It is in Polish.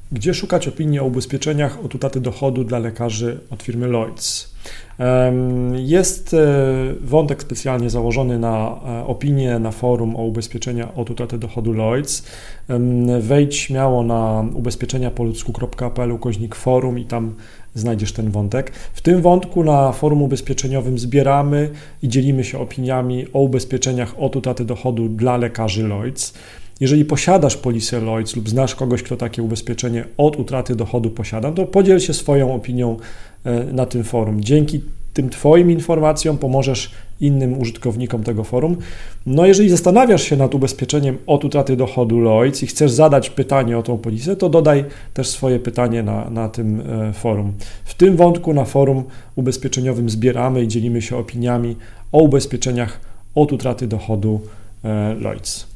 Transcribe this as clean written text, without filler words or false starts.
Gdzie szukać opinii o ubezpieczeniach od utraty dochodu dla lekarzy od firmy Lloyds? Jest wątek specjalnie założony na opinię na forum o ubezpieczenia od utraty dochodu Lloyds. Wejdź śmiało na ubezpieczeniapoludzku.pl/forum i tam znajdziesz ten wątek. W tym wątku na forum ubezpieczeniowym zbieramy i dzielimy się opiniami o ubezpieczeniach od utraty dochodu dla lekarzy Lloyds. Jeżeli posiadasz polisę Lloyds lub znasz kogoś, kto takie ubezpieczenie od utraty dochodu posiada, to podziel się swoją opinią na tym forum. Dzięki tym Twoim informacjom pomożesz innym użytkownikom tego forum. No jeżeli zastanawiasz się nad ubezpieczeniem od utraty dochodu Lloyds i chcesz zadać pytanie o tą polisę, to dodaj też swoje pytanie na tym forum. W tym wątku na forum ubezpieczeniowym zbieramy i dzielimy się opiniami o ubezpieczeniach od utraty dochodu Lloyds.